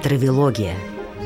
Травелогия.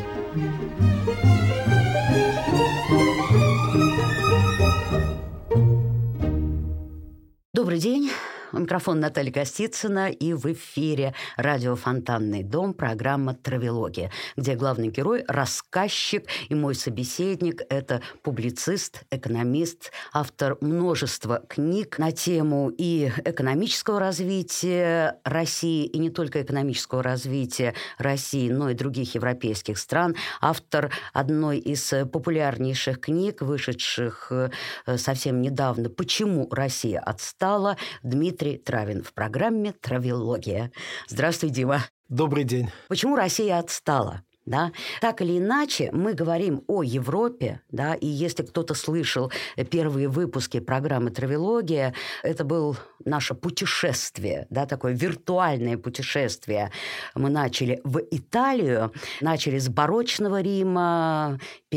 Добрый день. У микрофона Наталья Костицына, и в эфире радио «Фонтанный дом», программа «Травелогия», где главный герой – рассказчик, и мой собеседник – это публицист, экономист, автор множества книг на тему и экономического развития России, и не только экономического развития России, но и других европейских стран, автор одной из популярнейших книг, вышедших совсем недавно «Почему Россия отстала», Дмитрий Травин в программе «Травелогия». Здравствуй, Дима. Добрый день. Почему Россия отстала? Да? Так или иначе, мы говорим о Европе, да, и если кто-то слышал первые выпуски программы «Травелогия», это было наше путешествие, да, такое виртуальное путешествие. Мы начали в Италию, начали с барочного Рима,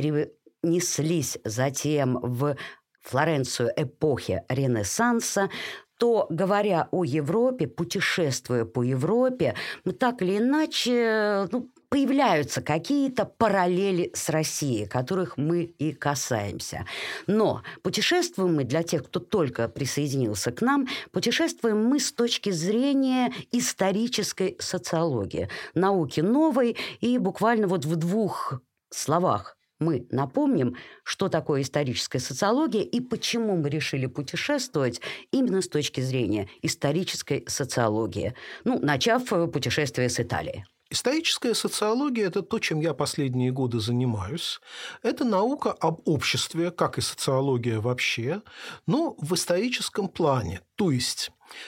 перенеслись затем в Флоренцию эпохи Ренессанса, то, говоря о Европе, путешествуя по Европе, мы так или иначе, появляются какие-то параллели с Россией, которых мы и касаемся. Но путешествуем мы, для тех, кто только присоединился к нам, путешествуем мы с точки зрения исторической социологии, науки новой, и буквально вот в двух словах мы напомним, что такое историческая социология и почему мы решили путешествовать именно с точки зрения исторической социологии, начав путешествие с Италии. Историческая социология – это то, чем я последние годы занимаюсь. Это наука об обществе, как и социология вообще, но в историческом плане. То есть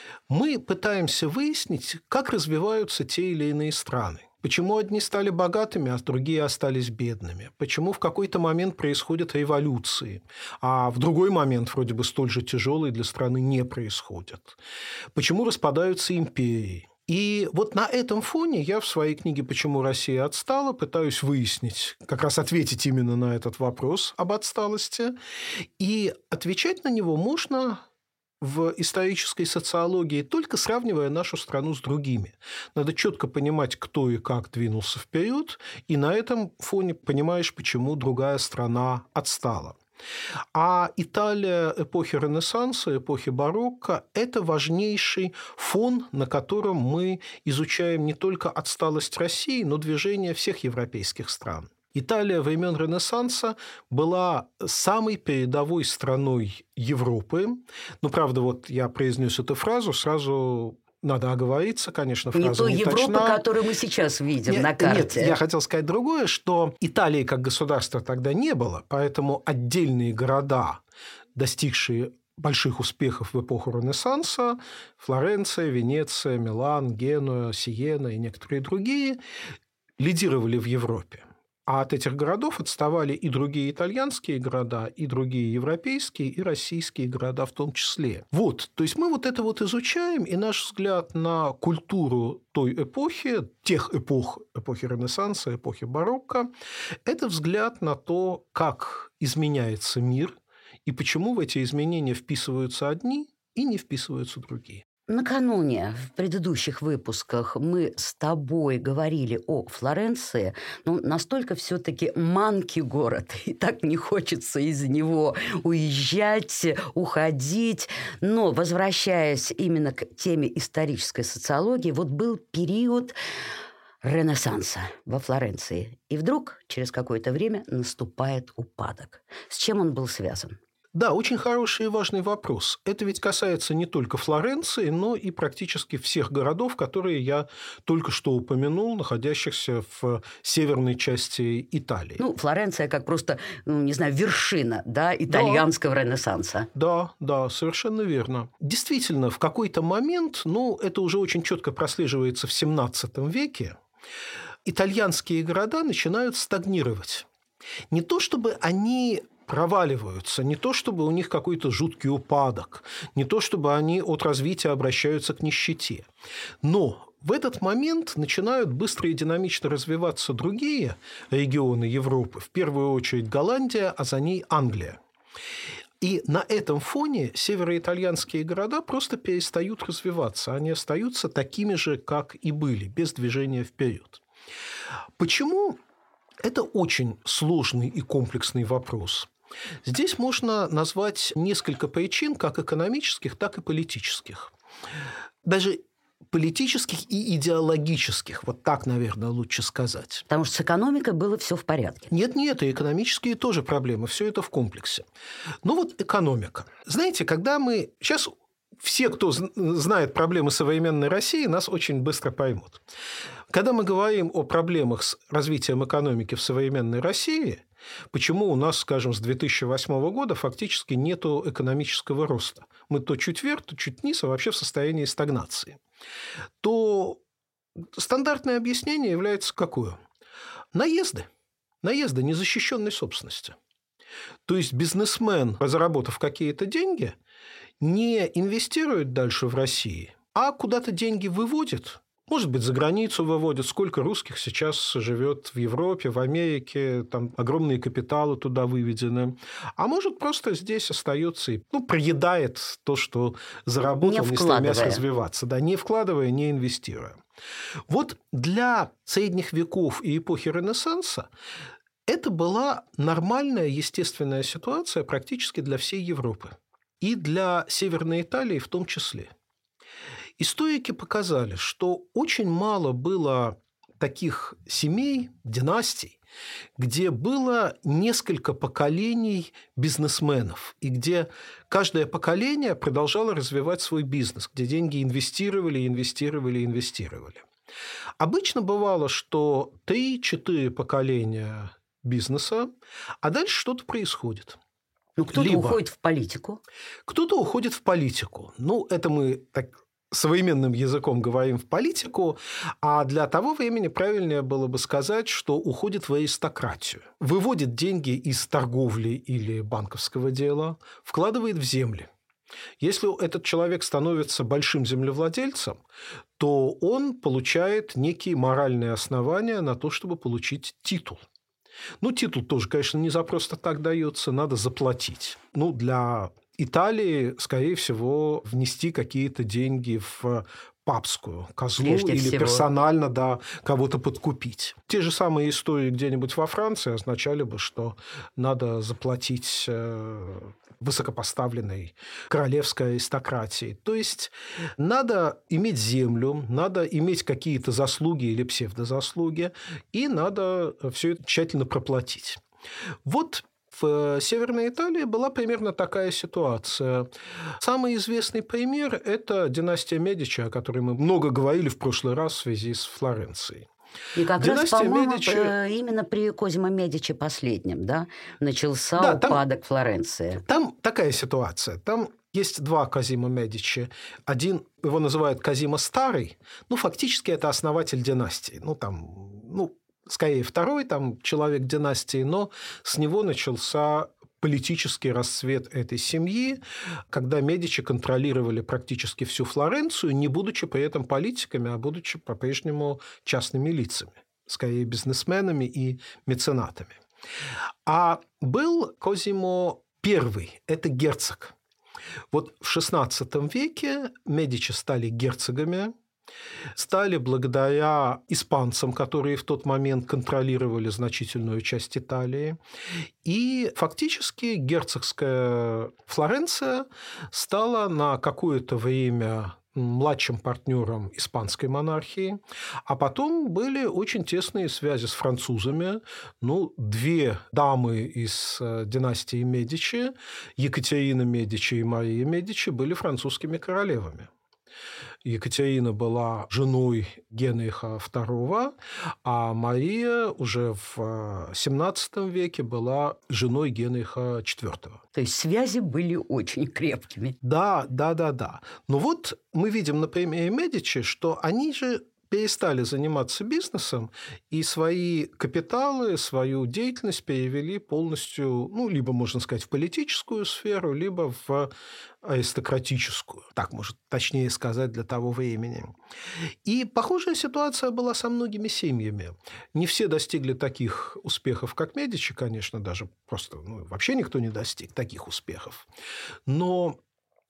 мы пытаемся выяснить, как развиваются те или иные страны. Почему одни стали богатыми, а другие остались бедными? Почему в какой-то момент происходят революции, а в другой момент, вроде бы столь же тяжелые, для страны не происходят? Почему распадаются империи? И вот на этом фоне я в своей книге «Почему Россия отстала» пытаюсь выяснить, как раз ответить именно на этот вопрос об отсталости. И отвечать на него можно в исторической социологии, только сравнивая нашу страну с другими. Надо четко понимать, кто и как двинулся вперед, и на этом фоне понимаешь, почему другая страна отстала. А Италия эпохи Ренессанса, эпохи барокко – это важнейший фон, на котором мы изучаем не только отсталость России, но движение всех европейских стран. Италия времен Ренессанса была самой передовой страной Европы. Правда, вот я произнес эту фразу, сразу надо оговориться, конечно, фраза не Европа, точна. которую мы сейчас видим на карте. Нет, я хотел сказать другое, что Италии как государства тогда не было, поэтому отдельные города, достигшие больших успехов в эпоху Ренессанса, Флоренция, Венеция, Милан, Генуя, Сиена и некоторые другие, лидировали в Европе. А от этих городов отставали и другие итальянские города, и другие европейские, и российские города в том числе. То есть мы вот это изучаем, и наш взгляд на культуру той эпохи, тех эпох, эпохи Ренессанса, эпохи барокко, это взгляд на то, как изменяется мир, и почему в эти изменения вписываются одни и не вписываются другие. Накануне в предыдущих выпусках мы с тобой говорили о Флоренции, настолько все-таки манкий город, и так не хочется из него уезжать, уходить. Но, возвращаясь именно к теме исторической социологии, был период Ренессанса во Флоренции. И вдруг через какое-то время наступает упадок. С чем он был связан? Да, очень хороший и важный вопрос. Это ведь касается не только Флоренции, но и практически всех городов, которые я только что упомянул, находящихся в северной части Италии. Флоренция как просто, вершина, итальянского Ренессанса. Да, совершенно верно. Действительно, в какой-то момент, это уже очень четко прослеживается в XVII веке, итальянские города начинают стагнировать. Не то чтобы они проваливаются, не то чтобы у них какой-то жуткий упадок, не то чтобы они от развития обращаются к нищете. Но в этот момент начинают быстро и динамично развиваться другие регионы Европы, в первую очередь Голландия, а за ней Англия. И на этом фоне североитальянские города просто перестают развиваться. Они остаются такими же, как и были, без движения вперед. Почему? Это очень сложный и комплексный вопрос. Здесь можно назвать несколько причин, как экономических, так и политических. Даже политических и идеологических, вот так, наверное, лучше сказать. Потому что с экономикой было все в порядке. Нет, и экономические тоже проблемы, все это в комплексе. Ну вот экономика. Знаете, когда мы... Сейчас все, кто знает проблемы современной России, нас очень быстро поймут. Когда мы говорим о проблемах с развитием экономики в современной России, почему у нас, скажем, с 2008 года фактически нет экономического роста. Мы то чуть вверх, то чуть вниз, а вообще в состоянии стагнации. То стандартное объяснение является какое? Наезды. Наезды незащищенной собственности. То есть бизнесмен, заработав какие-то деньги, не инвестирует дальше в России, а куда-то деньги выводит. Может быть, за границу выводят. Сколько русских сейчас живет в Европе, в Америке, там огромные капиталы туда выведены. А может, просто здесь остается и проедает то, что заработал, не стремясь развиваться. Да, не вкладывая, не инвестируя. Вот для средних веков и эпохи Ренессанса это была нормальная, естественная ситуация практически для всей Европы. И для Северной Италии в том числе. Историки показали, что очень мало было таких семей, династий, где было несколько поколений бизнесменов, и где каждое поколение продолжало развивать свой бизнес, где деньги инвестировали. Обычно бывало, что 3-4 поколения бизнеса, а дальше что-то происходит. Кто-то уходит в политику. Кто-то уходит в политику. Это мы так современным языком говорим в политику, а для того времени правильнее было бы сказать, что уходит в аристократию. Выводит деньги из торговли или банковского дела, вкладывает в земли. Если этот человек становится большим землевладельцем, то он получает некие моральные основания на то, чтобы получить титул. Титул тоже, конечно, не за просто так дается, надо заплатить. Для Италии, скорее всего, внести какие-то деньги в папскую казну или персонально кого-то подкупить. Те же самые истории где-нибудь во Франции означали бы, что надо заплатить высокопоставленной королевской аристократии. То есть надо иметь землю, надо иметь какие-то заслуги или псевдозаслуги, и надо все это тщательно проплатить. Вот в Северной Италии была примерно такая ситуация. Самый известный пример – это династия Медичи, о которой мы много говорили в прошлый раз в связи с Флоренцией. И как раз, по-моему, именно при Козимо Медичи последнем, начался упадок Флоренции. Там такая ситуация. Там есть два Козимо Медичи. Один, его называют Козимо Старый. Фактически это основатель династии. Скорее второй человек династии, но с него начался политический расцвет этой семьи, когда Медичи контролировали практически всю Флоренцию, не будучи при этом политиками, а будучи по-прежнему частными лицами, скорее бизнесменами и меценатами. А был Козимо I, это герцог. Вот в XVI веке Медичи стали герцогами, стали благодаря испанцам, которые в тот момент контролировали значительную часть Италии. И фактически герцогская Флоренция стала на какое-то время младшим партнером испанской монархии, а потом были очень тесные связи с французами. Две дамы из династии Медичи, Екатерина Медичи и Мария Медичи, были французскими королевами. Екатерина была женой Генриха II, а Мария уже в XVII веке была женой Генриха IV. То есть связи были очень крепкими. Да. Но вот мы видим на примере Медичи, что они же перестали заниматься бизнесом и свои капиталы, свою деятельность перевели полностью, либо, можно сказать, в политическую сферу, либо в аристократическую. Так, может, точнее сказать, для того времени. И похожая ситуация была со многими семьями. Не все достигли таких успехов, как Медичи, конечно, даже просто вообще никто не достиг таких успехов. Но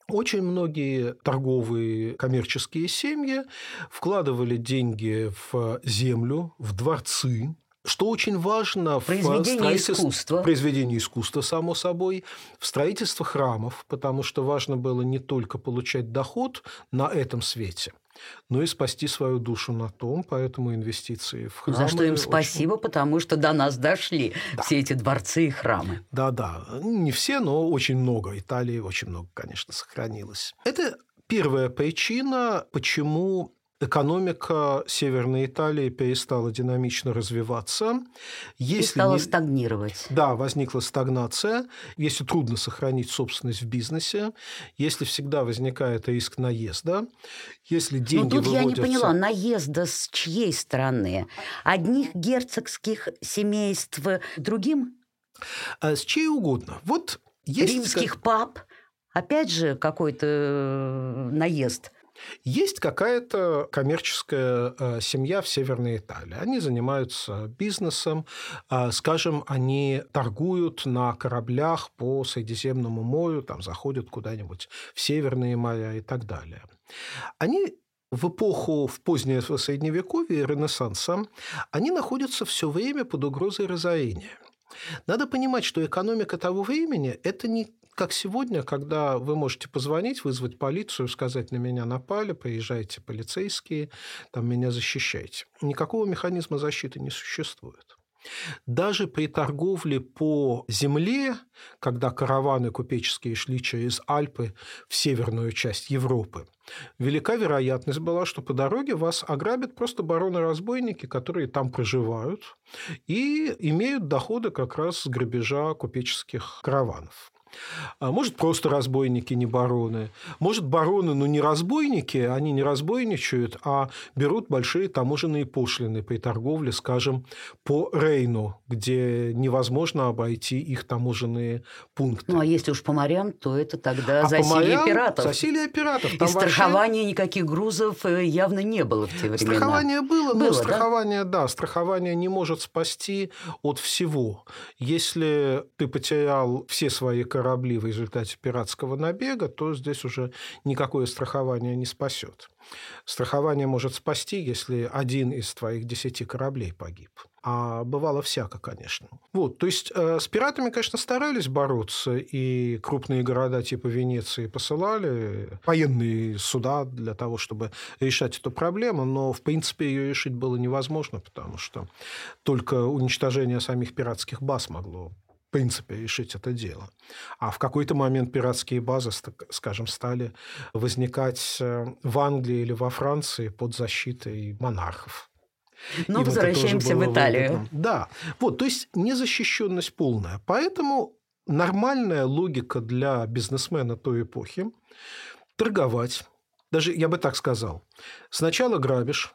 Очень многие торговые коммерческие семьи вкладывали деньги в землю, в дворцы, что очень важно в произведении искусства, само собой, в строительстве храмов, потому что важно было не только получать доход на этом свете, но и спасти свою душу на том, поэтому инвестиции в храмы... За что им спасибо, потому что до нас дошли все эти дворцы и храмы. Да, не все, но очень много. Италии очень много, конечно, сохранилось. Это первая причина, почему экономика Северной Италии перестала динамично развиваться. И стала стагнировать. Да, возникла стагнация. Если трудно сохранить собственность в бизнесе, если всегда возникает риск наезда, если деньги выводятся... я не поняла, наезда с чьей стороны? Одних герцогских семейств другим? С чьей угодно. Вот есть... Римских пап? Опять же какой-то наезд? Есть какая-то коммерческая семья в Северной Италии. Они занимаются бизнесом, скажем, они торгуют на кораблях по Средиземному морю, там заходят куда-нибудь в Северные моря и так далее. Они в эпоху, в позднее Средневековье, Ренессанса, они находятся все время под угрозой разорения. Надо понимать, что экономика того времени – это не как сегодня, когда вы можете позвонить, вызвать полицию, сказать, на меня напали, приезжайте полицейские, там меня защищайте. Никакого механизма защиты не существует. Даже при торговле по земле, когда караваны купеческие шли через Альпы в северную часть Европы, велика вероятность была, что по дороге вас ограбят просто бароны-разбойники, которые там проживают и имеют доходы как раз с грабежа купеческих караванов. А может, просто разбойники, не бароны. Может, бароны, но не разбойники, они не разбойничают, а берут большие таможенные пошлины при торговле, скажем, по Рейну, где невозможно обойти их таможенные пункты. Ну, а если уж по морям, то это тогда засилье пиратов. Засилье пиратов. И страхования вообще... никаких грузов явно не было в те времена. Страхование было, но страхование не может спасти от всего. Если ты потерял все свои корабли в результате пиратского набега, то здесь уже никакое страхование не спасет. Страхование может спасти, если один из твоих 10 кораблей погиб. А бывало всяко, конечно. То есть с пиратами, конечно, старались бороться, и крупные города типа Венеции посылали военные суда для того, чтобы решать эту проблему, но, в принципе, ее решить было невозможно, потому что только уничтожение самих пиратских баз могло в принципе решить это дело. А в какой-то момент пиратские базы, скажем, стали возникать в Англии или во Франции под защитой монархов. Но возвращаемся в Италию. Выгодно. Да. То есть незащищенность полная. Поэтому нормальная логика для бизнесмена той эпохи – торговать. Даже, я бы так сказал, сначала грабишь,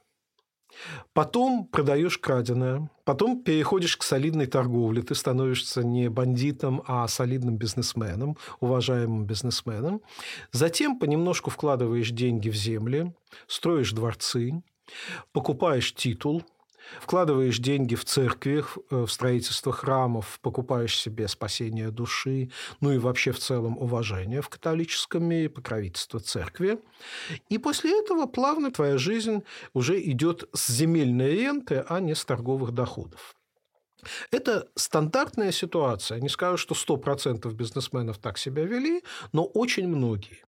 потом продаешь краденое, потом переходишь к солидной торговле. Ты становишься не бандитом, а солидным бизнесменом, уважаемым бизнесменом. Затем понемножку вкладываешь деньги в земли, строишь дворцы, покупаешь титул, вкладываешь деньги в церкви, в строительство храмов, покупаешь себе спасение души, ну и вообще в целом уважение в католическом мире, покровительство церкви. И после этого плавно твоя жизнь уже идет с земельной ренты, а не с торговых доходов. Это стандартная ситуация. Не скажу, что 100% бизнесменов так себя вели, но очень многие.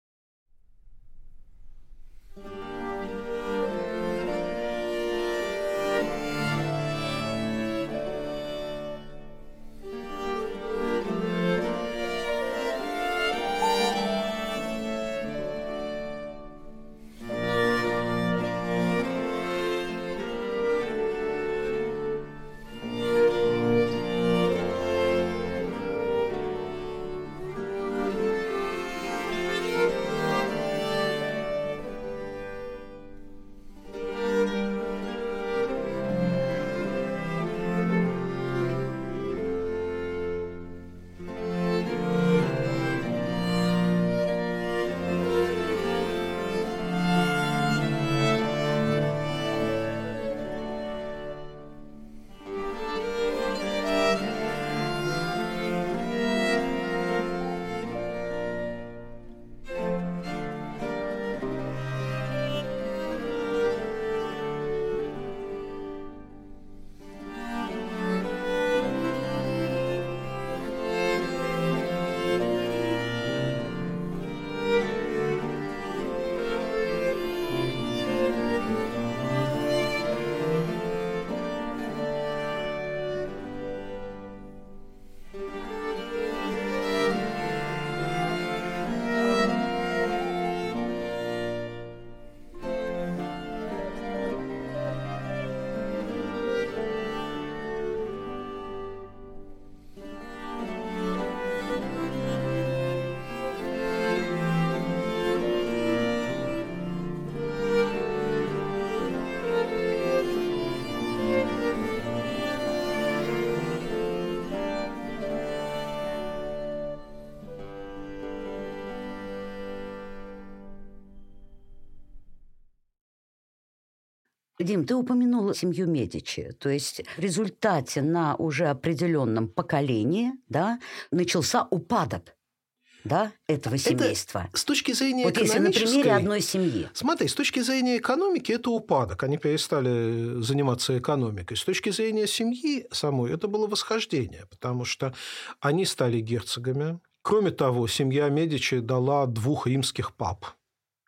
Дим, ты упомянула семью Медичи. То есть в результате на уже определенном поколении, да, начался упадок, да, этого семейства. Это с точки зрения вот экономической... если на примере одной семьи. Смотри, с точки зрения экономики это упадок. Они перестали заниматься экономикой. С точки зрения семьи самой это было восхождение, потому что они стали герцогами. Кроме того, семья Медичи дала 2 римских пап –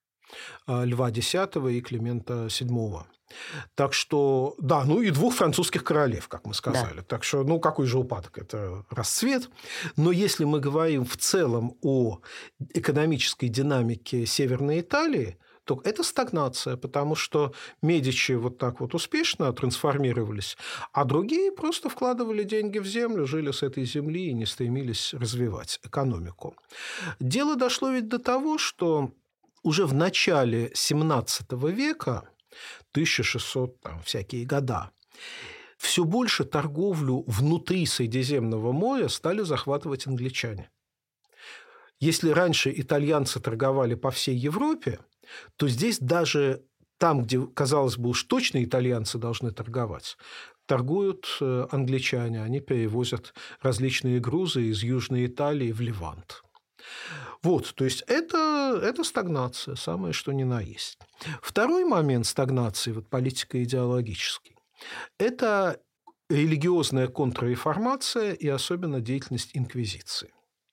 Льва X и Климента VII. Так что, да, ну и 2 французских королев, как мы сказали. Да. Так что, ну какой же упадок? Это расцвет. Но если мы говорим в целом о экономической динамике Северной Италии, то это стагнация, потому что Медичи вот так вот успешно трансформировались, а другие просто вкладывали деньги в землю, жили с этой земли и не стремились развивать экономику. Дело дошло ведь до того, что уже в начале XVII века, 1600 там, всякие года, все больше торговлю внутри Средиземного моря стали захватывать англичане. Если раньше итальянцы торговали по всей Европе, то здесь даже там, где, казалось бы, уж точно итальянцы должны торговать, торгуют англичане. Они перевозят различные грузы из Южной Италии в Левант. Вот, то есть это стагнация, самое что ни на есть. Второй момент стагнации, вот политико-идеологический, это религиозная контрреформация и особенно деятельность инквизиции.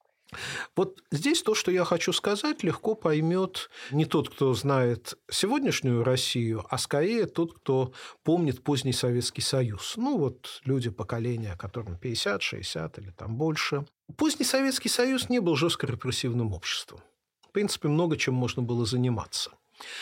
Вот здесь то, что я хочу сказать, легко поймет не тот, кто знает сегодняшнюю Россию, а скорее тот, кто помнит поздний Советский Союз. Ну, вот люди поколения, которым 50, 60 или там больше. Поздний Советский Союз не был жестко репрессивным обществом. В принципе, много чем можно было заниматься.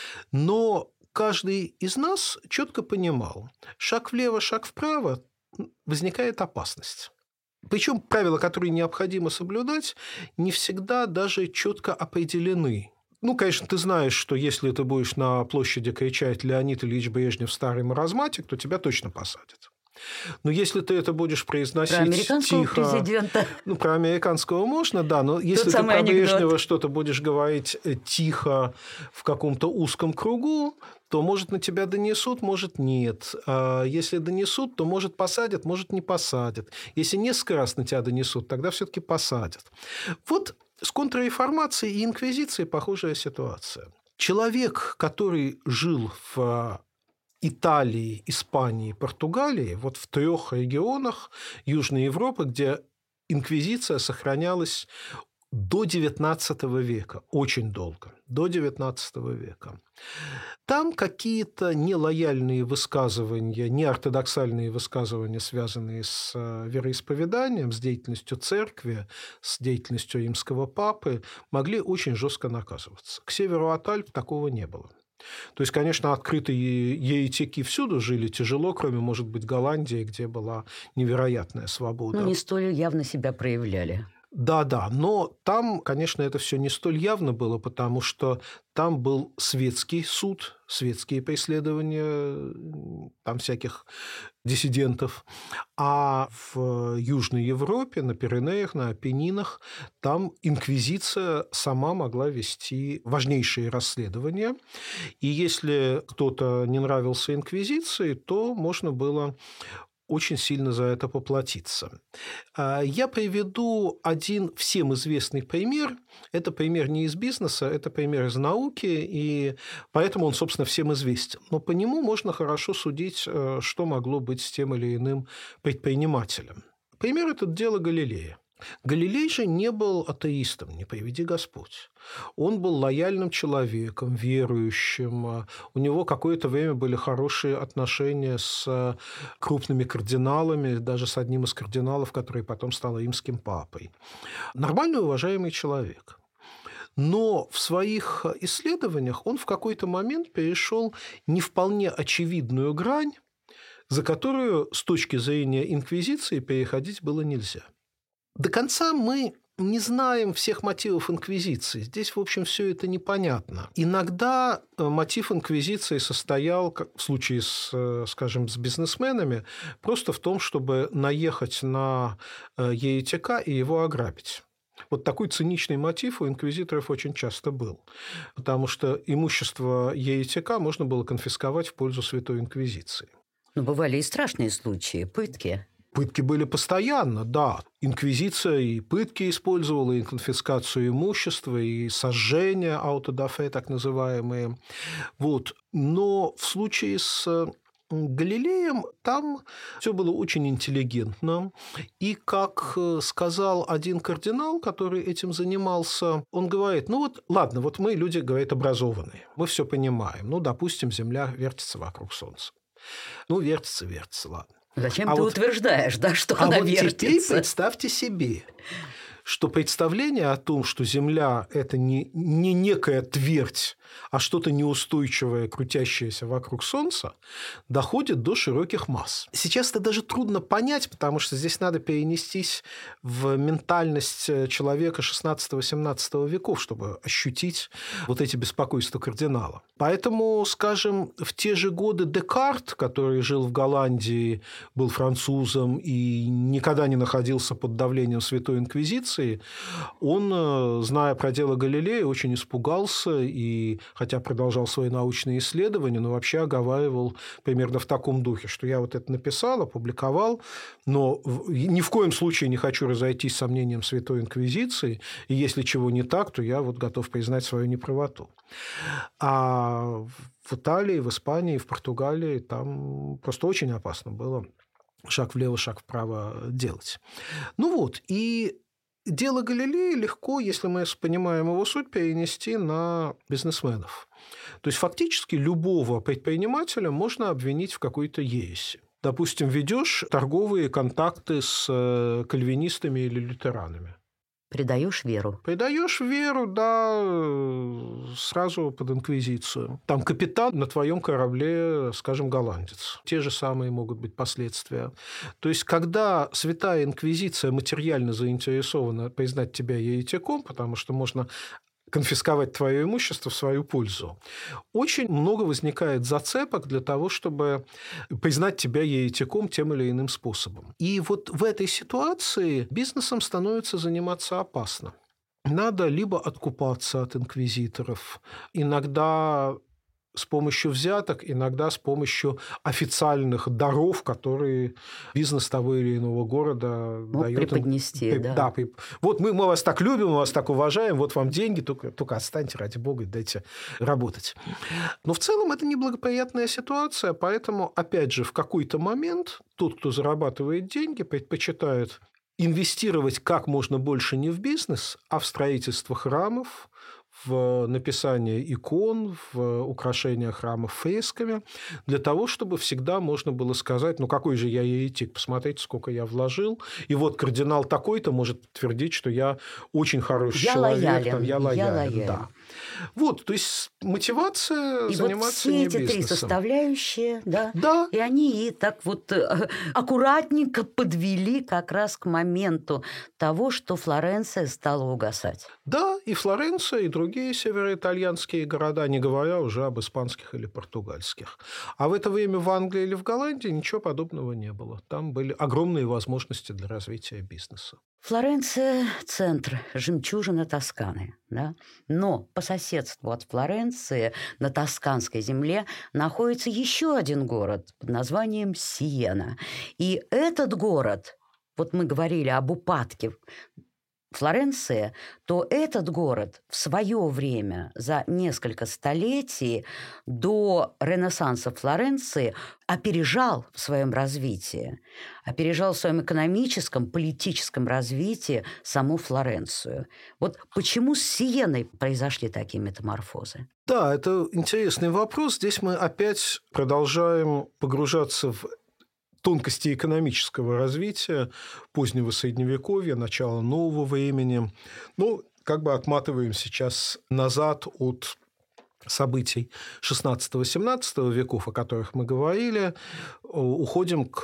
Но каждый из нас четко понимал, шаг влево, шаг вправо, возникает опасность. Причем правила, которые необходимо соблюдать, не всегда даже четко определены. Ну, конечно, ты знаешь, что если ты будешь на площади кричать «Леонид Ильич Брежнев старый маразматик», то тебя точно посадят. Но если ты это будешь произносить про американского тихо... президента. Ну, про американского можно, да, но если ты про Брежнева что-то будешь говорить тихо в каком-то узком кругу, то, может, на тебя донесут, может, нет. А если донесут, то, может, посадят, может, не посадят. Если несколько раз на тебя донесут, тогда все-таки посадят. Вот с контрреформацией и инквизицией похожая ситуация. Человек, который жил в Италии, Испании, Португалии, вот в 3 регионах Южной Европы, где инквизиция сохранялась до XIX века, очень долго, до XIX века. Там какие-то нелояльные высказывания, неортодоксальные высказывания, связанные с вероисповеданием, с деятельностью церкви, с деятельностью римского папы, могли очень жестко наказываться. К северу от Альп такого не было. То есть, конечно, открытые еретики всюду жили тяжело, кроме, может быть, Голландии, где была невероятная свобода. Ну, не столь явно себя проявляли. Да, но там, конечно, это все не столь явно было, потому что там был светский суд, светские преследования там всяких диссидентов. А в Южной Европе, на Пиренеях, на Апеннинах, там инквизиция сама могла вести важнейшие расследования. И если кто-то не нравился инквизиции, то можно было очень сильно за это поплатиться. Я приведу один всем известный пример. Это пример не из бизнеса, это пример из науки, и поэтому он, собственно, всем известен. Но по нему можно хорошо судить, что могло быть с тем или иным предпринимателем. Пример – это дело Галилея. Галилей же не был атеистом, не приведи Господь. Он был лояльным человеком, верующим. У него какое-то время были хорошие отношения с крупными кардиналами, даже с одним из кардиналов, который потом стал римским папой. Нормальный, уважаемый человек. Но в своих исследованиях он в какой-то момент перешел не вполне очевидную грань, за которую с точки зрения инквизиции переходить было нельзя. До конца мы не знаем всех мотивов инквизиции. Здесь, в общем, все это непонятно. Иногда мотив инквизиции состоял, как в случае с бизнесменами, просто в том, чтобы наехать на еретика и его ограбить. Вот такой циничный мотив у инквизиторов очень часто был, потому что имущество еретика можно было конфисковать в пользу Святой Инквизиции. Но бывали и страшные случаи, пытки. Пытки были постоянно, да. Инквизиция и пытки использовала, и конфискацию имущества, и сожжение, аутодафе так называемые. Вот. Но в случае с Галилеем там все было очень интеллигентно. И, как сказал один кардинал, который этим занимался, он говорит, ну вот, ладно, вот мы люди, говорит, образованные, мы все понимаем. Ну, допустим, Земля вертится вокруг Солнца. Ну, вертится, ладно. Зачем ты утверждаешь, да, что она вертится? Вот теперь представьте себе, что представление о том, что Земля – это не некая твердь, а что-то неустойчивое, крутящееся вокруг Солнца, доходит до широких масс. Сейчас это даже трудно понять, потому что здесь надо перенестись в ментальность человека XVI-XVII веков, чтобы ощутить вот эти беспокойства кардинала. Поэтому, скажем, в те же годы Декарт, который жил в Голландии, был французом и никогда не находился под давлением Святой Инквизиции, он, зная про дело Галилея, очень испугался и, хотя продолжал свои научные исследования, но вообще оговаривал примерно в таком духе, что я вот это написал, опубликовал, но ни в коем случае не хочу разойтись с сомнением Святой Инквизиции, и если чего не так, то я вот готов признать свою неправоту. А в Италии, в Испании, в Португалии там просто очень опасно было шаг влево, шаг вправо делать. Ну вот, и дело Галилея легко, если мы понимаем его суть, перенести на бизнесменов. То есть фактически любого предпринимателя можно обвинить в какой-то ереси. Допустим, ведешь торговые контакты с кальвинистами или лютеранами. Предаешь веру? Предаешь веру, да, сразу под инквизицию. Там капитан на твоем корабле, скажем, голландец. Те же самые могут быть последствия. То есть, когда Святая Инквизиция материально заинтересована признать тебя еретиком, потому что можно конфисковать твое имущество в свою пользу, очень много возникает зацепок для того, чтобы признать тебя еретиком тем или иным способом. И вот в этой ситуации бизнесом становится заниматься опасно. Надо либо откупаться от инквизиторов, иногда с помощью взяток, иногда с помощью официальных даров, которые бизнес того или иного города дает. Преподнести, да. Вот мы вас так любим, мы вас так уважаем, вот вам деньги, только отстаньте, ради бога, и дайте работать. Но в целом это неблагоприятная ситуация, поэтому, опять же, в какой-то момент тот, кто зарабатывает деньги, предпочитает инвестировать как можно больше не в бизнес, а в строительство храмов, в написание икон, в украшение храмов фресками, для того, чтобы всегда можно было сказать, ну какой же я еретик, посмотрите, сколько я вложил, и вот кардинал такой-то может подтвердить, что я очень хороший человек, я лоялен. Да. Вот, то есть мотивация и заниматься не не бизнесом. И вот все эти три составляющие, да, и они и так вот аккуратненько подвели как раз к моменту того, что Флоренция стала угасать. Да, и Флоренция, и другие североитальянские города, не говоря уже об испанских или португальских. А в это время в Англии или в Голландии ничего подобного не было. Там были огромные возможности для развития бизнеса. Флоренция – центр, жемчужина Тосканы. Да? Но по соседству от Флоренции на тосканской земле находится еще один город под названием Сиена. И этот город, вот мы говорили об упадке Флоренции, то этот город в свое время, за несколько столетий до Ренессанса Флоренции, опережал в своем развитии, опережал в своем экономическом, политическом развитии саму Флоренцию. Вот почему с Сиеной произошли такие метаморфозы? Да, это интересный вопрос. Здесь мы опять продолжаем погружаться в тонкости экономического развития позднего Средневековья, начала нового времени. Ну, как бы отматываем сейчас назад от событий XVI-XVII веков, о которых мы говорили, уходим к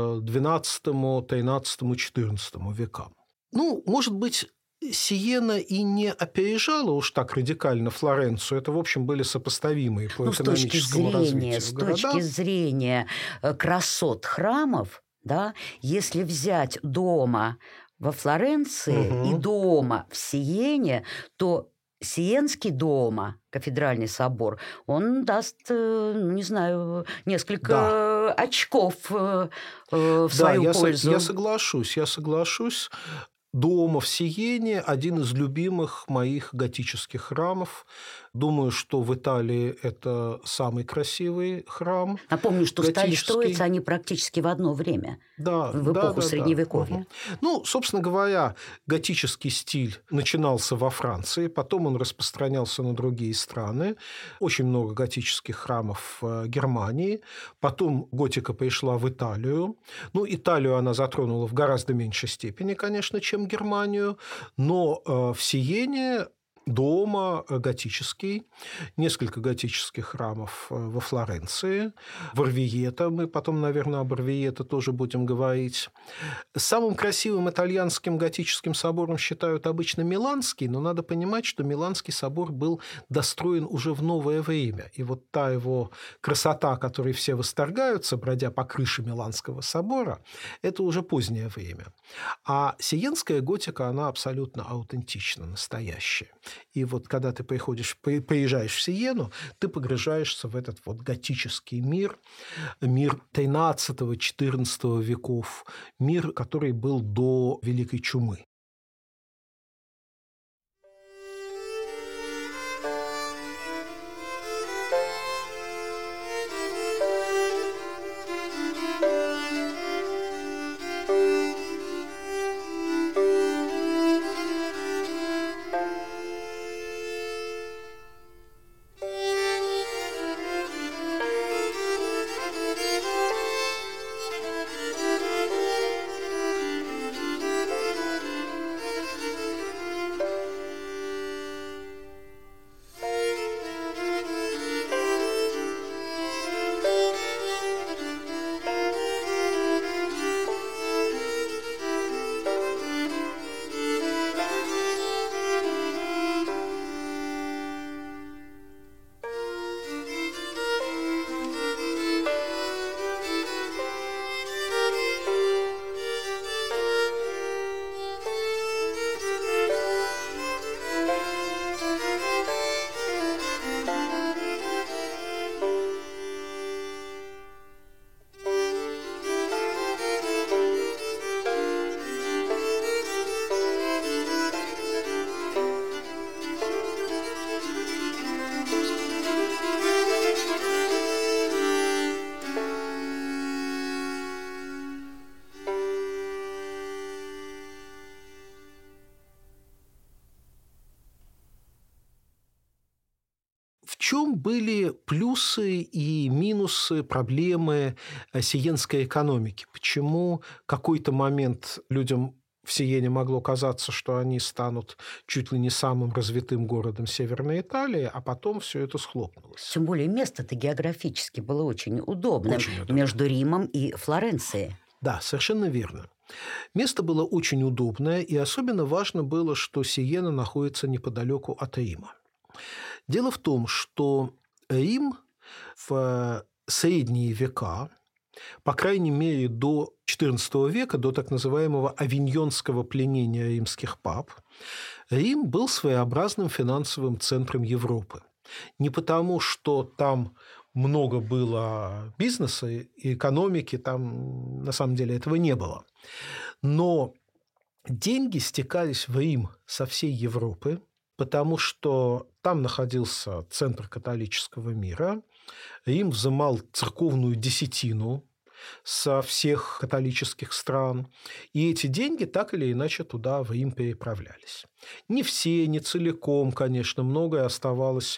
XII, XIII, XIV векам. Ну, может быть, Сиена и не опережала уж так радикально Флоренцию. Это, в общем, были сопоставимые по экономическому развитию города. С точки зрения красот храмов, да, если взять дома во Флоренции и Дуомо в Сиене, то Сиенский Дуомо, кафедральный собор, он даст, не знаю, несколько очков в свою пользу. Я соглашусь. Дуомо в Сиене – один из любимых моих готических храмов. Думаю, что в Италии это самый красивый храм. Напомню, что стали строиться они практически в одно время, в эпоху Средневековья. Ну, собственно говоря, готический стиль начинался во Франции, потом он распространялся на другие страны. Очень много готических храмов в Германии. Потом готика пришла в Италию. Ну, Италию она затронула в гораздо меньшей степени, конечно, чем Германию, но в Сиене Дуомо готический, несколько готических храмов во Флоренции, в Орвието, мы потом, наверное, об Орвието тоже будем говорить. Самым красивым итальянским готическим собором считают обычно Миланский, но надо понимать, что Миланский собор был достроен уже в новое время, и вот та его красота, которой все восторгаются, бродя по крыше Миланского собора, это уже позднее время. А сиенская готика, она абсолютно аутентична, настоящая. И вот когда ты приезжаешь в Сиену, ты погружаешься в этот вот готический мир, мир XIII-XIV веков, мир, который был до Великой Чумы. В чем были плюсы и минусы, проблемы сиенской экономики? Почему в какой-то момент людям в Сиене могло казаться, что они станут чуть ли не самым развитым городом Северной Италии, а потом все это схлопнулось? Тем более место-то географически было очень удобным между Римом и Флоренцией. Да, совершенно верно. Место было очень удобное, и особенно важно было, что Сиена находится неподалеку от Рима. Дело в том, что Рим в средние века, по крайней мере до XIV века, до так называемого авиньонского пленения римских пап, Рим был своеобразным финансовым центром Европы. Не потому, что там много было бизнеса и экономики, там на самом деле этого не было. Но деньги стекались в Рим со всей Европы, потому что там находился центр католического мира. Рим взимал церковную десятину со всех католических стран, и эти деньги так или иначе туда, в Рим, переправлялись. Не все, не целиком, конечно, многое оставалось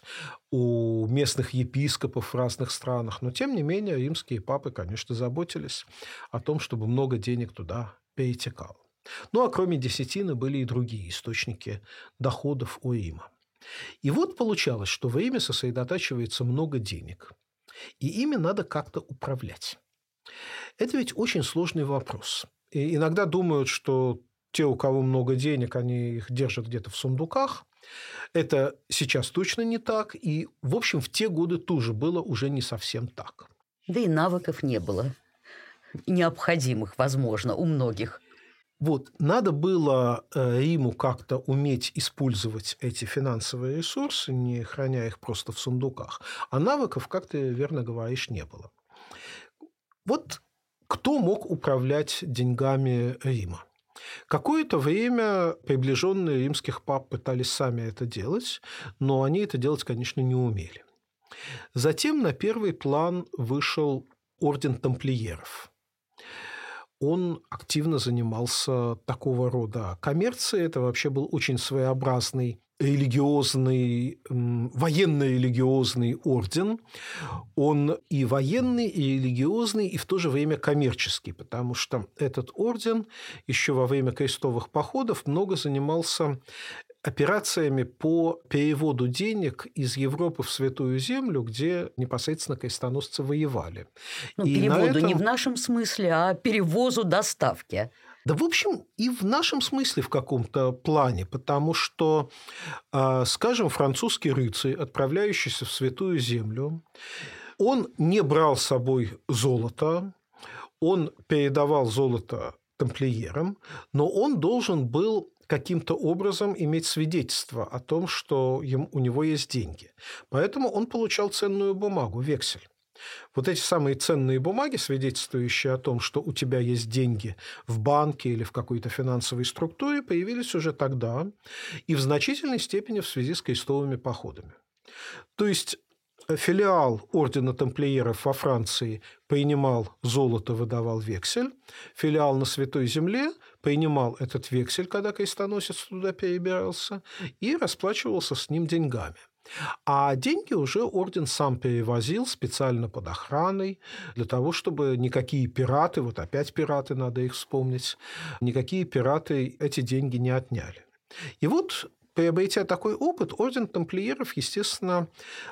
у местных епископов в разных странах, но, тем не менее, римские папы, конечно, заботились о том, чтобы много денег туда перетекало. Ну, а кроме десятины были и другие источники доходов у Рима. И вот получалось, что в Риме сосредотачивается много денег, и ими надо как-то управлять. Это ведь очень сложный вопрос. И иногда думают, что те, у кого много денег, они их держат где-то в сундуках. Это сейчас точно не так, и, в общем, в те годы тоже было уже не совсем так. Да и навыков не было, необходимых, возможно, у многих. Вот, надо было Риму как-то уметь использовать эти финансовые ресурсы, не храня их просто в сундуках. А навыков, как ты верно говоришь, не было. Вот кто мог управлять деньгами Рима? Какое-то время приближенные римских пап пытались сами это делать, но они это делать, конечно, не умели. Затем на первый план вышел орден тамплиеров. Он активно занимался такого рода коммерцией. Это вообще был очень своеобразный религиозный, военно-религиозный орден. Он и военный, и религиозный, и в то же время коммерческий, потому что этот орден еще во время крестовых походов много занимался операциями по переводу денег из Европы в Святую Землю, где непосредственно крестоносцы воевали. Переводу не в нашем смысле, а перевозу доставки. Да, в общем, и в нашем смысле в каком-то плане, потому что, скажем, французский рыцарь, отправляющийся в Святую Землю, он не брал с собой золото, он передавал золото тамплиерам, но он должен был каким-то образом иметь свидетельство о том, что у него есть деньги. Поэтому он получал ценную бумагу, вексель. Вот эти самые ценные бумаги, свидетельствующие о том, что у тебя есть деньги в банке или в какой-то финансовой структуре, появились уже тогда и в значительной степени в связи с крестовыми походами. То есть филиал ордена тамплиеров во Франции принимал золото, выдавал вексель. Филиал на Святой Земле принимал этот вексель, когда крестоносец туда перебирался, и расплачивался с ним деньгами. А деньги уже орден сам перевозил специально под охраной, для того, чтобы никакие пираты, вот опять пираты, надо их вспомнить, никакие пираты эти деньги не отняли. И вот, приобретя такой опыт, орден тамплиеров, естественно,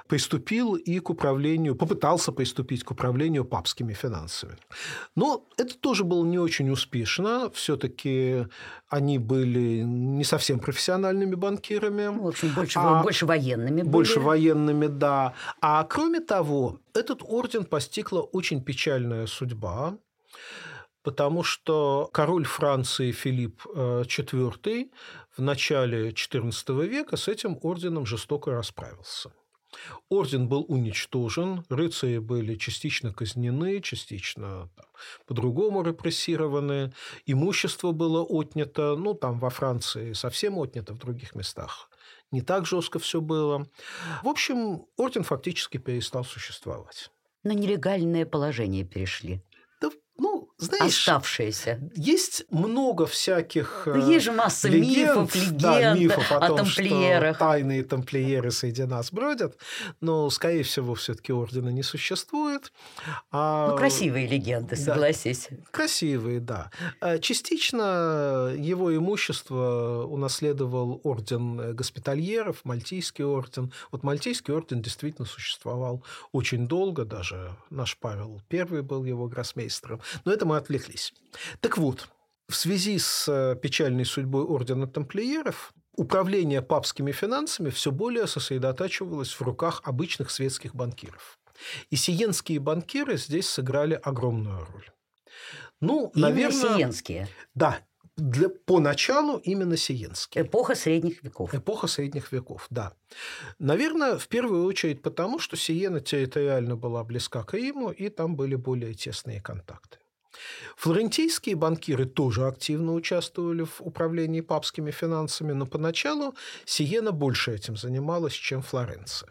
попытался приступить к управлению папскими финансами. Но это тоже было не очень успешно. Все-таки они были не совсем профессиональными банкирами. В общем, больше военными были. Больше военными, да. А кроме того, этот орден постигла очень печальная судьба, потому что король Франции Филипп IV в начале XIV века с этим орденом жестоко расправился. Орден был уничтожен, рыцари были частично казнены, частично по-другому репрессированы, имущество было отнято, там во Франции совсем отнято, в других местах не так жестко все было. В общем, орден фактически перестал существовать. На нелегальное положение перешли. Знаешь, оставшиеся. Есть много всяких есть же масса мифов, легенд мифов о том, тамплиерах. Что тайные тамплиеры среди нас бродят, но, скорее всего, все-таки ордена не существует. Красивые легенды, согласись. Да, красивые, да. Частично его имущество унаследовал орден госпитальеров, Мальтийский орден. Вот Мальтийский орден действительно существовал очень долго, даже наш Павел I был его гроссмейстером. Но это мы отвлеклись. Так вот, в связи с печальной судьбой ордена тамплиеров управление папскими финансами все более сосредотачивалось в руках обычных светских банкиров. И сиенские банкиры здесь сыграли огромную роль. Наверное, сиенские. Да. Поначалу именно сиенские. Эпоха средних веков. Эпоха средних веков, да. Наверное, в первую очередь потому, что Сиена территориально была близка к Риму, и там были более тесные контакты. Флорентийские банкиры тоже активно участвовали в управлении папскими финансами, но поначалу Сиена больше этим занималась, чем Флоренция.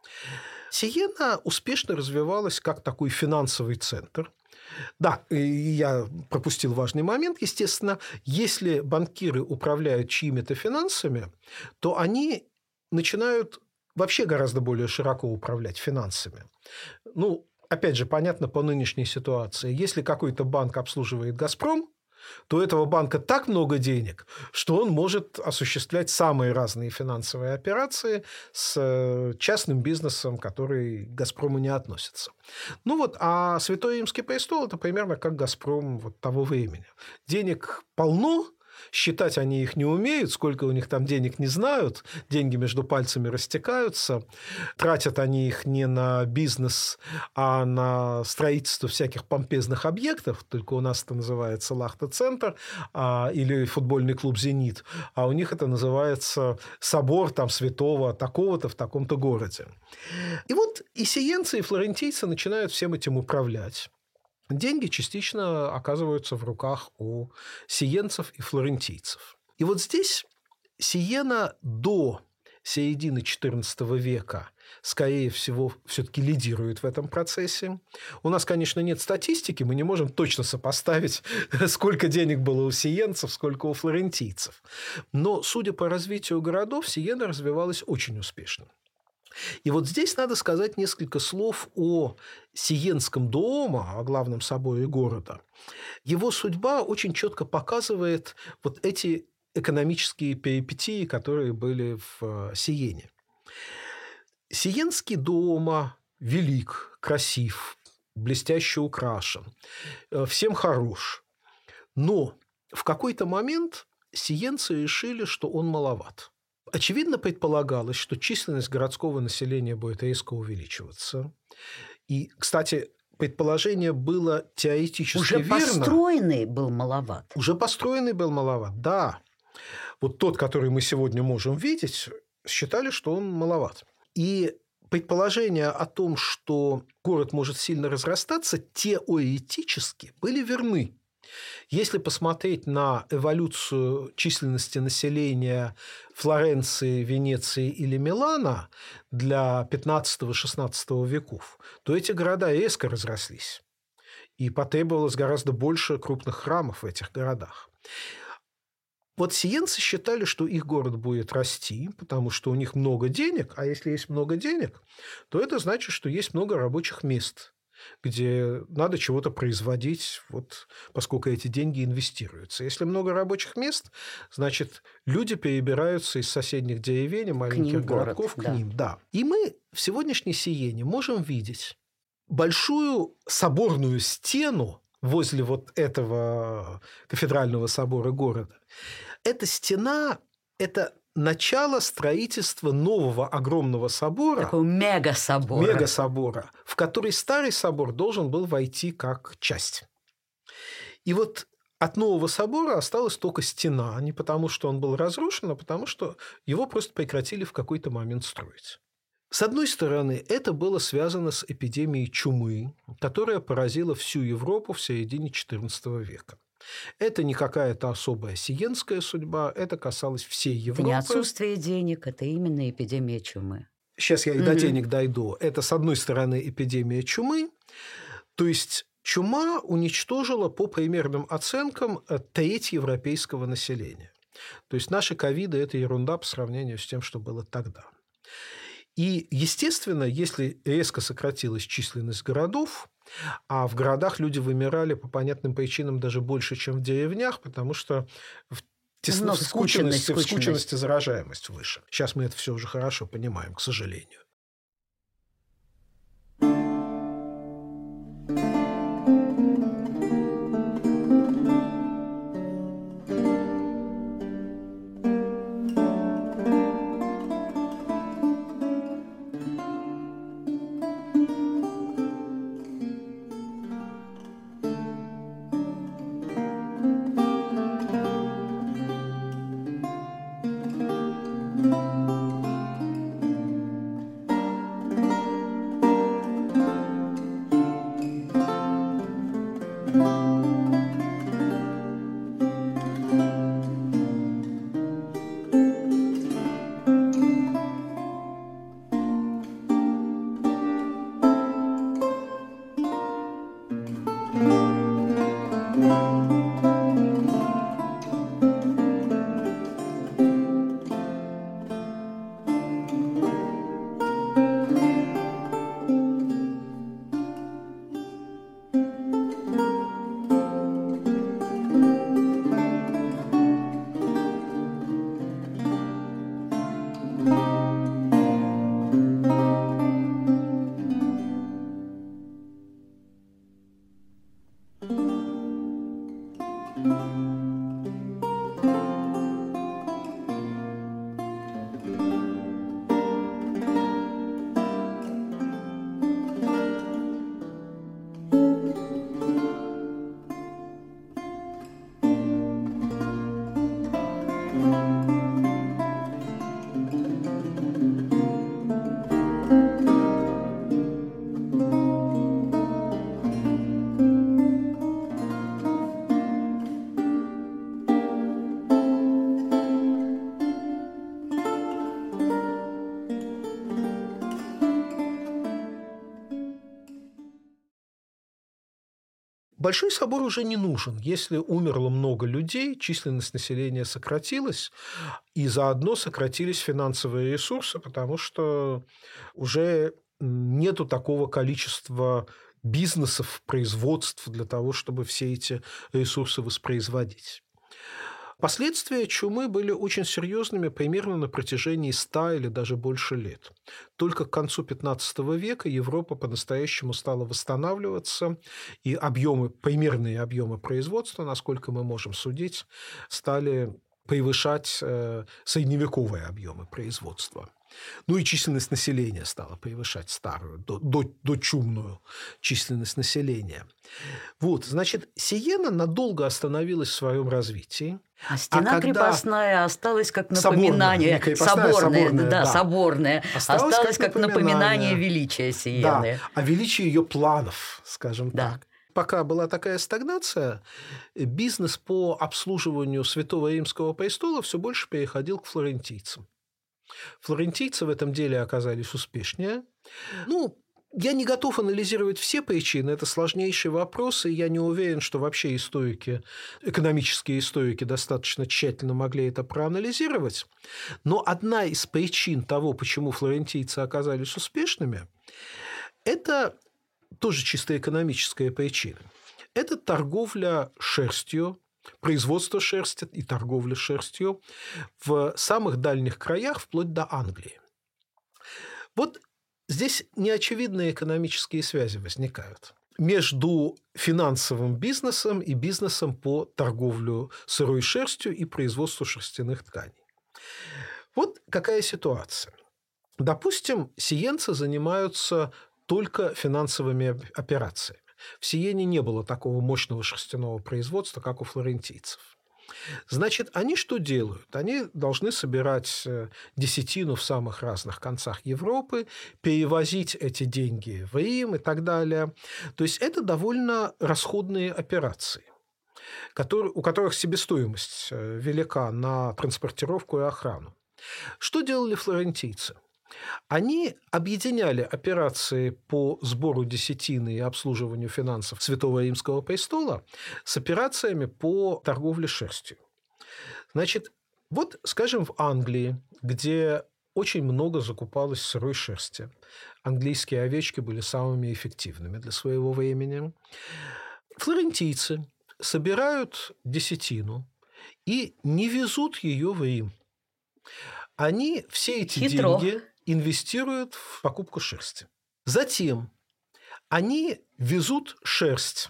Сиена успешно развивалась как такой финансовый центр. Да, я пропустил важный момент. Естественно, если банкиры управляют чьими-то финансами, то они начинают вообще гораздо более широко управлять финансами. Опять же, понятно по нынешней ситуации. Если какой-то банк обслуживает «Газпром», то у этого банка так много денег, что он может осуществлять самые разные финансовые операции с частным бизнесом, который к «Газпрому» не относится. А Святой Римский престол – это примерно как «Газпром» того времени. Денег полно, Считать они их не умеют, сколько у них там денег не знают, деньги между пальцами растекаются. Тратят они их не на бизнес, а на строительство всяких помпезных объектов. Только у нас это называется Лахта-центр или футбольный клуб «Зенит», а у них это называется собор там, святого такого-то в таком-то городе. И вот и сиенцы, и флорентийцы начинают всем этим управлять. Деньги частично оказываются в руках у сиенцев и флорентийцев. И вот здесь Сиена до середины XIV века, скорее всего, все-таки лидирует в этом процессе. У нас, конечно, нет статистики, мы не можем точно сопоставить, сколько денег было у сиенцев, сколько у флорентийцев. Но, судя по развитию городов, Сиена развивалась очень успешно. И вот здесь надо сказать несколько слов о Сиенском дуомо, о главном соборе города. Его судьба очень четко показывает вот эти экономические перипетии, которые были в Сиене. Сиенский дуомо велик, красив, блестяще украшен, всем хорош. Но в какой-то момент сиенцы решили, что он маловат. Очевидно, предполагалось, что численность городского населения будет резко увеличиваться. И, кстати, предположение было теоретически уже верно. Уже построенный был маловат. Уже построенный был маловат, да. Вот тот, который мы сегодня можем видеть, считали, что он маловат. И предположения о том, что город может сильно разрастаться, теоретически были верны. Если посмотреть на эволюцию численности населения Флоренции, Венеции или Милана для XV-XVI веков, то эти города резко разрослись. И потребовалось гораздо больше крупных храмов в этих городах. Вот сиенцы считали, что их город будет расти, потому что у них много денег, а если есть много денег, то это значит, что есть много рабочих мест, где надо чего-то производить, вот, поскольку эти деньги инвестируются. Если много рабочих мест, значит, люди перебираются из соседних деревень, маленьких городков к ним. Да. И мы в сегодняшней Сиене можем видеть большую соборную стену возле вот этого кафедрального собора города. Эта стена – это начало строительства нового огромного собора. Такого мегасобора. Мегасобора, в который старый собор должен был войти как часть. И вот от нового собора осталась только стена, не потому что он был разрушен, а потому что его просто прекратили в какой-то момент строить. С одной стороны, это было связано с эпидемией чумы, которая поразила всю Европу в середине XIV века. Это не какая-то особая сиенская судьба, это касалось всей Европы. Это не отсутствие денег, это именно эпидемия чумы. Сейчас я и до денег дойду. Это, с одной стороны, эпидемия чумы, то есть чума уничтожила, по примерным оценкам, треть европейского населения. То есть наши ковиды – это ерунда по сравнению с тем, что было тогда. И, естественно, если резко сократилась численность городов, а в городах люди вымирали по понятным причинам даже больше, чем в деревнях, потому что в скученности заражаемость выше. Сейчас мы это все уже хорошо понимаем, к сожалению. Большой собор уже не нужен. Если умерло много людей, численность населения сократилась, и заодно сократились финансовые ресурсы, потому что уже нету такого количества бизнесов, производств для того, чтобы все эти ресурсы воспроизводить. Последствия чумы были очень серьезными примерно на протяжении 100 или даже больше лет. Только к концу XV века Европа по-настоящему стала восстанавливаться, и примерные объемы производства, насколько мы можем судить, стали превышать средневековые объемы производства. Ну и численность населения стала превышать старую, дочумную численность населения. Вот, значит, Сиена надолго остановилась в своем развитии. А стена крепостная осталась как напоминание. Соборная. Осталась как напоминание величия Сиены. Да, о величии ее планов, скажем так. Пока была такая стагнация, бизнес по обслуживанию Святого Римского престола все больше переходил к флорентийцам. Флорентийцы в этом деле оказались успешнее. Я не готов анализировать все причины, это сложнейший вопрос, и я не уверен, что вообще экономические историки достаточно тщательно могли это проанализировать. Но одна из причин того, почему флорентийцы оказались успешными, это тоже чисто экономическая причина. Это торговля шерстью, производство шерсти и торговля шерстью в самых дальних краях, вплоть до Англии. Вот здесь неочевидные экономические связи возникают между финансовым бизнесом и бизнесом по торговле сырой шерстью и производству шерстяных тканей. Вот какая ситуация. Допустим, сиенцы занимаются только финансовыми операциями. В Сиене не было такого мощного шерстяного производства, как у флорентийцев. Значит, они что делают? Они должны собирать десятину в самых разных концах Европы, перевозить эти деньги в Рим и так далее. То есть это довольно расходные операции, у которых себестоимость велика на транспортировку и охрану. Что делали флорентийцы? Они объединяли операции по сбору десятины и обслуживанию финансов Святого Римского престола с операциями по торговле шерстью. Значит, вот, скажем, в Англии, где очень много закупалось сырой шерсти, английские овечки были самыми эффективными для своего времени, флорентийцы собирают десятину и не везут ее в Рим. Они все эти деньги инвестируют в покупку шерсти. Затем они везут шерсть.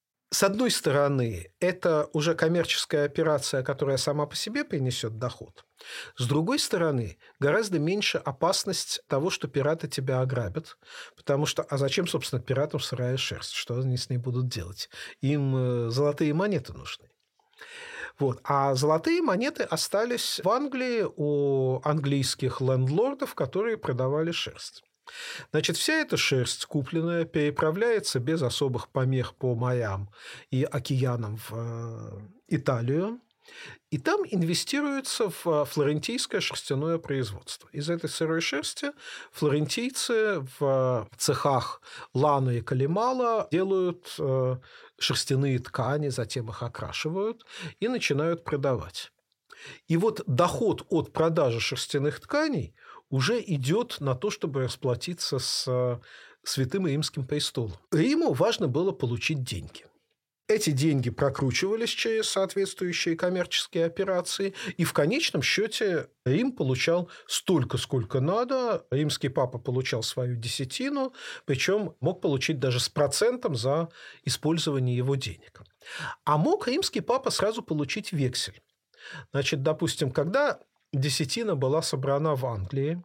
С одной стороны, это уже коммерческая операция, которая сама по себе принесет доход. С другой стороны, гораздо меньше опасность того, что пираты тебя ограбят. Потому что, а зачем, собственно, пиратам сырая шерсть? Что они с ней будут делать? Им золотые монеты нужны. Вот. А золотые монеты остались в Англии у английских лендлордов, которые продавали шерсть. Значит, вся эта шерсть, купленная, переправляется без особых помех по морям и океанам в Италию, и там инвестируется в флорентийское шерстяное производство. Из этой сырой шерсти флорентийцы в цехах Лана и Калимала делают шерстяные ткани, затем их окрашивают и начинают продавать. И вот доход от продажи шерстяных тканей уже идет на то, чтобы расплатиться с Святым Римским престолом. Риму важно было получить деньги. Эти деньги прокручивались через соответствующие коммерческие операции, и в конечном счете Рим получал столько, сколько надо. Римский папа получал свою десятину, причем мог получить даже с процентом за использование его денег. А мог римский папа сразу получить вексель. Значит, допустим, когда десятина была собрана в Англии,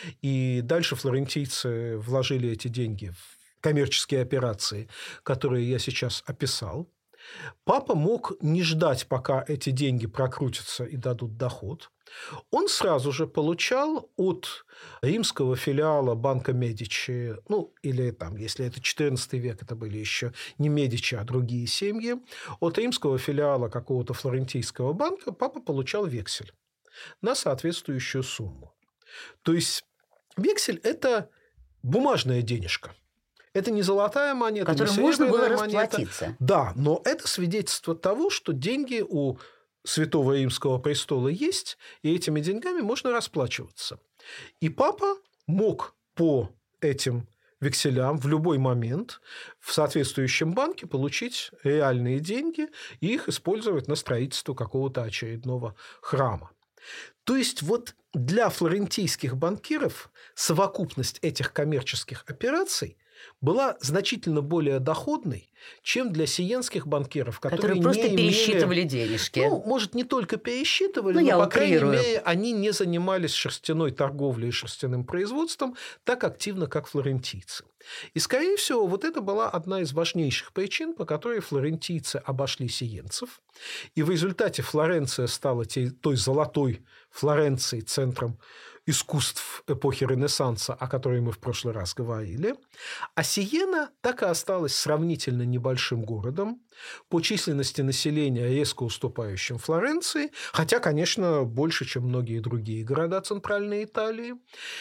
и дальше флорентийцы вложили эти деньги в коммерческие операции, которые я сейчас описал, папа мог не ждать, пока эти деньги прокрутятся и дадут доход. Он сразу же получал от римского филиала банка Медичи, или там, если это XIV век, это были еще не Медичи, а другие семьи, от римского филиала какого-то флорентийского банка папа получал вексель на соответствующую сумму. То есть вексель – это бумажная денежка. Это не золотая монета, которой не можно было серебряная монета. расплатиться. Да, но это свидетельство того, что деньги у Святого Римского престола есть, и этими деньгами можно расплачиваться. И папа мог по этим векселям в любой момент в соответствующем банке получить реальные деньги и их использовать на строительство какого-то очередного храма. То есть вот для флорентийских банкиров совокупность этих коммерческих операций была значительно более доходной, чем для сиенских банкиров, которые просто не пересчитывали денежки. Ну, может, не только пересчитывали, но, по крайней мере, они не занимались шерстяной торговлей и шерстяным производством так активно, как флорентийцы. И, скорее всего, вот это была одна из важнейших причин, по которой флорентийцы обошли сиенцев. И в результате Флоренция стала той золотой Флоренцией, центром искусств эпохи Ренессанса, о которой мы в прошлый раз говорили. А Сиена так и осталась сравнительно небольшим городом, по численности населения резко уступающим Флоренции, хотя, конечно, больше, чем многие другие города Центральной Италии.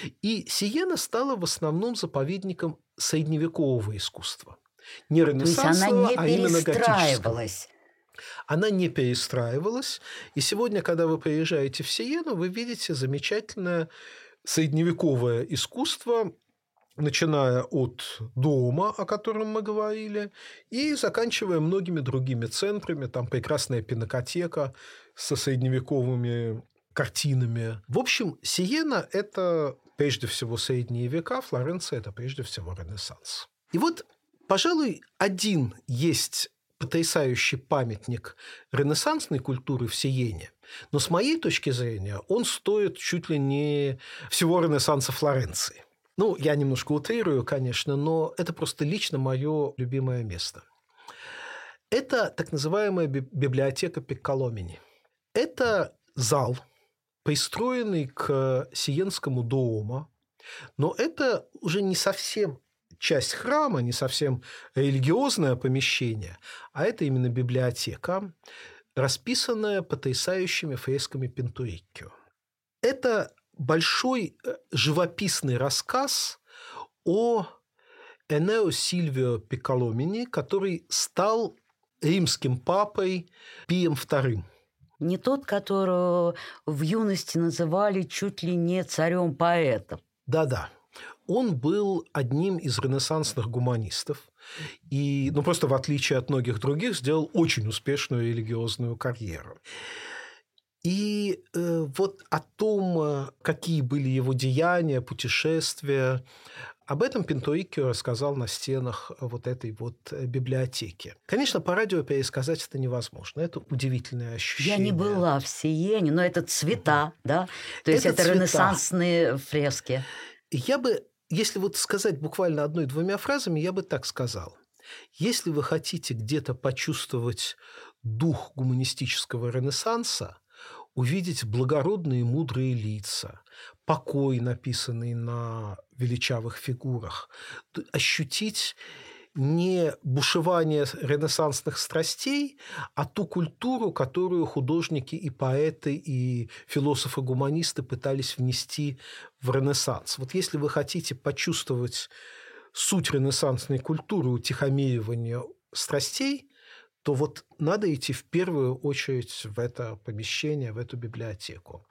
И Сиена стала в основном заповедником средневекового искусства. Не ренессансового, а именно готического. Она не перестраивалась. И сегодня, когда вы приезжаете в Сиену, вы видите замечательное средневековое искусство, начиная от дома, о котором мы говорили, и заканчивая многими другими центрами. Там прекрасная пинакотека со средневековыми картинами. В общем, Сиена – это прежде всего средние века, Флоренция – это прежде всего Ренессанс. И вот, пожалуй, один есть потрясающий памятник ренессансной культуры в Сиене, но с моей точки зрения он стоит чуть ли не всего Ренессанса Флоренции. Ну, я немножко утрирую, конечно, но это просто лично мое любимое место. Это так называемая библиотека Пикколомини. Это зал, пристроенный к Сиенскому дуомо, но это уже не совсем часть храма, не совсем религиозное помещение, а это именно библиотека, расписанная потрясающими фресками Пинтуриккио. Это большой живописный рассказ о Энео Сильвио Пикколомини, который стал римским папой Пием II. Не тот, которого в юности называли чуть ли не царем поэтов. Да-да. Он был одним из ренессансных гуманистов и, просто в отличие от многих других, сделал очень успешную религиозную карьеру. И вот о том, какие были его деяния, путешествия, об этом Пинтуриккио рассказал на стенах вот этой вот библиотеки. Конечно, по радио пересказать это невозможно. Это удивительное ощущение. Я не была в Сиене, но это цвета, да? То есть это ренессансные фрески. Я бы, если вот сказать буквально одной-двумя фразами, я бы так сказал. Если вы хотите где-то почувствовать дух гуманистического ренессанса, увидеть благородные мудрые лица, покой, написанный на величавых фигурах, ощутить не бушевание ренессансных страстей, а ту культуру, которую художники и поэты, и философы-гуманисты пытались внести в Ренессанс. Вот если вы хотите почувствовать суть ренессансной культуры, утихомиривания страстей, то вот надо идти в первую очередь в это помещение, в эту библиотеку.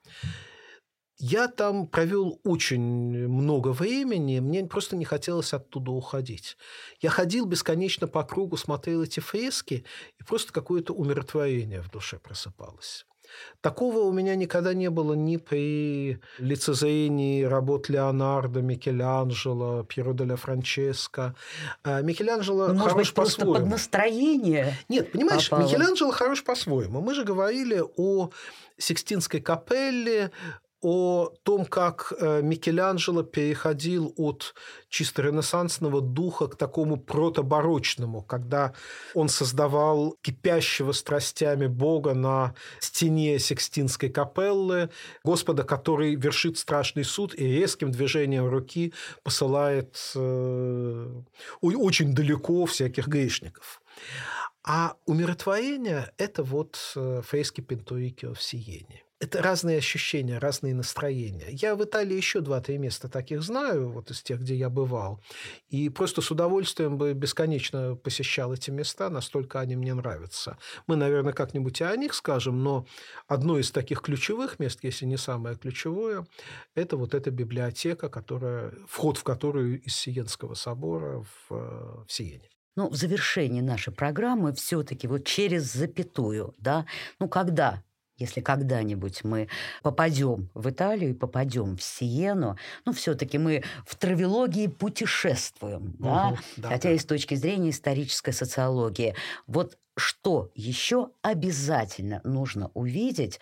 Я там провел очень много времени, мне просто не хотелось оттуда уходить. Я ходил бесконечно по кругу, смотрел эти фрески, и просто какое-то умиротворение в душе просыпалось. Такого у меня никогда не было ни при лицезрении работ Леонардо, Микеланджело, Пьеро де ла Франческо. Микеланджело хорош по-своему. Под настроение. Нет, понимаешь, попало. Микеланджело хорош по-своему. Мы же говорили о Сикстинской капелле, о том, как Микеланджело переходил от чисто ренессансного духа к такому протобарочному, когда он создавал кипящего страстями Бога на стене Сикстинской капеллы, Господа, который вершит страшный суд и резким движением руки посылает очень далеко всяких грешников. А умиротворение – это вот фрески Пинторикио в Сиене. Это разные ощущения, разные настроения. Я в Италии еще 2-3 места таких знаю, вот из тех, где я бывал, и просто с удовольствием бы бесконечно посещал эти места, настолько они мне нравятся. Мы, наверное, как-нибудь и о них скажем, но одно из таких ключевых мест, если не самое ключевое, это вот эта библиотека, вход в которую из Сиенского собора в Сиене. Ну, в завершении нашей программы все-таки вот через запятую, да, если когда-нибудь мы попадем в Италию и попадем в Сиену, все-таки мы в травелогии путешествуем, да, да, хотя и с точки зрения исторической социологии. Вот что еще обязательно нужно увидеть,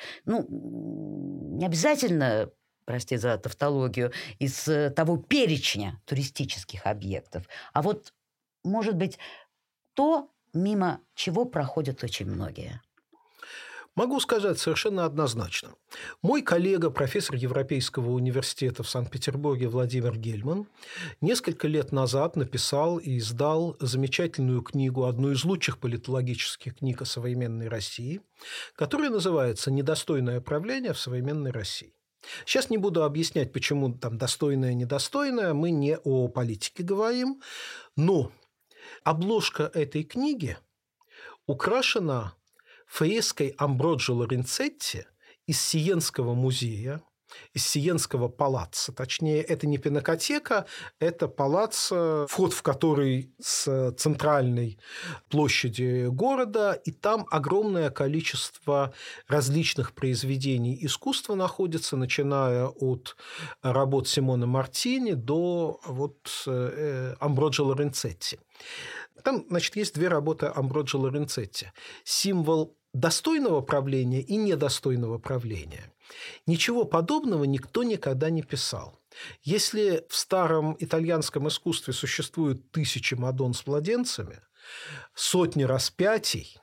не обязательно, прости за тавтологию, из того перечня туристических объектов, а вот, может быть, то, мимо чего проходят очень многие. Могу сказать совершенно однозначно. Мой коллега, профессор Европейского университета в Санкт-Петербурге Владимир Гельман, несколько лет назад написал и издал замечательную книгу, одну из лучших политологических книг о современной России, которая называется «Недостойное правление в современной России». Сейчас не буду объяснять, почему там достойное, недостойное, мы не о политике говорим, но обложка этой книги украшена фреской Амброджо Лоренцетти из Сиенского музея, из Сиенского палаццо. Точнее, это не пинакотека, это палаццо, вход в который с центральной площади города, и там огромное количество различных произведений искусства находится, начиная от работ Симона Мартини до Амброджо Лоренцетти. Там, есть 2 работы Амброджо Лоренцетти. Символ достойного правления и недостойного правления. Ничего подобного никто никогда не писал. Если в старом итальянском искусстве существуют 1000 мадонн с младенцами, сотни распятий,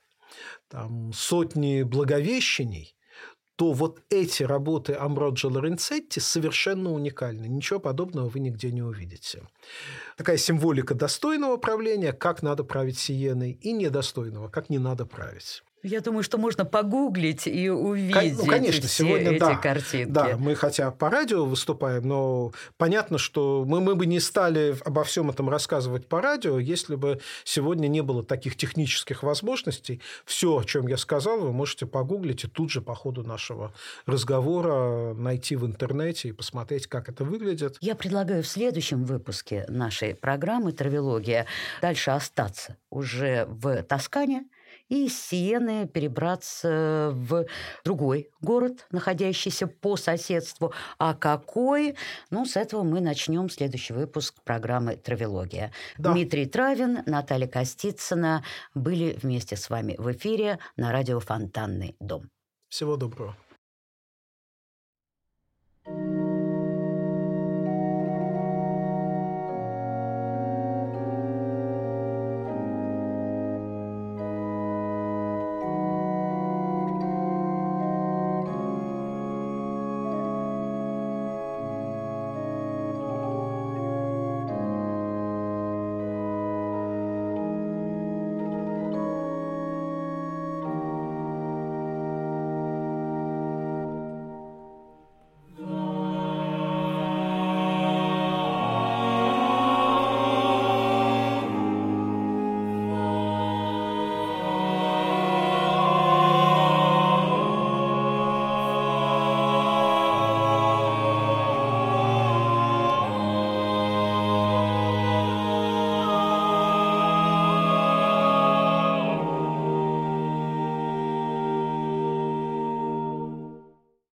сотни благовещений, то вот эти работы Амброджо Лоренцетти совершенно уникальны. Ничего подобного вы нигде не увидите. Такая символика достойного правления, как надо править Сиеной, и недостойного, как не надо править. Я думаю, что можно погуглить и увидеть конечно, сегодня, эти картинки. Да, мы хотя по радио выступаем, но понятно, что мы бы не стали обо всем этом рассказывать по радио, если бы сегодня не было таких технических возможностей. Все, о чем я сказал, вы можете погуглить и тут же по ходу нашего разговора найти в интернете и посмотреть, как это выглядит. Я предлагаю в следующем выпуске нашей программы «Травелогия» дальше остаться уже в Тоскане, и из Сиены перебраться в другой город, находящийся по соседству. А какой? С этого мы начнем следующий выпуск программы «Травелогия». Да. Дмитрий Травин, Наталья Костицына были вместе с вами в эфире на радио «Фонтанный дом». Всего доброго.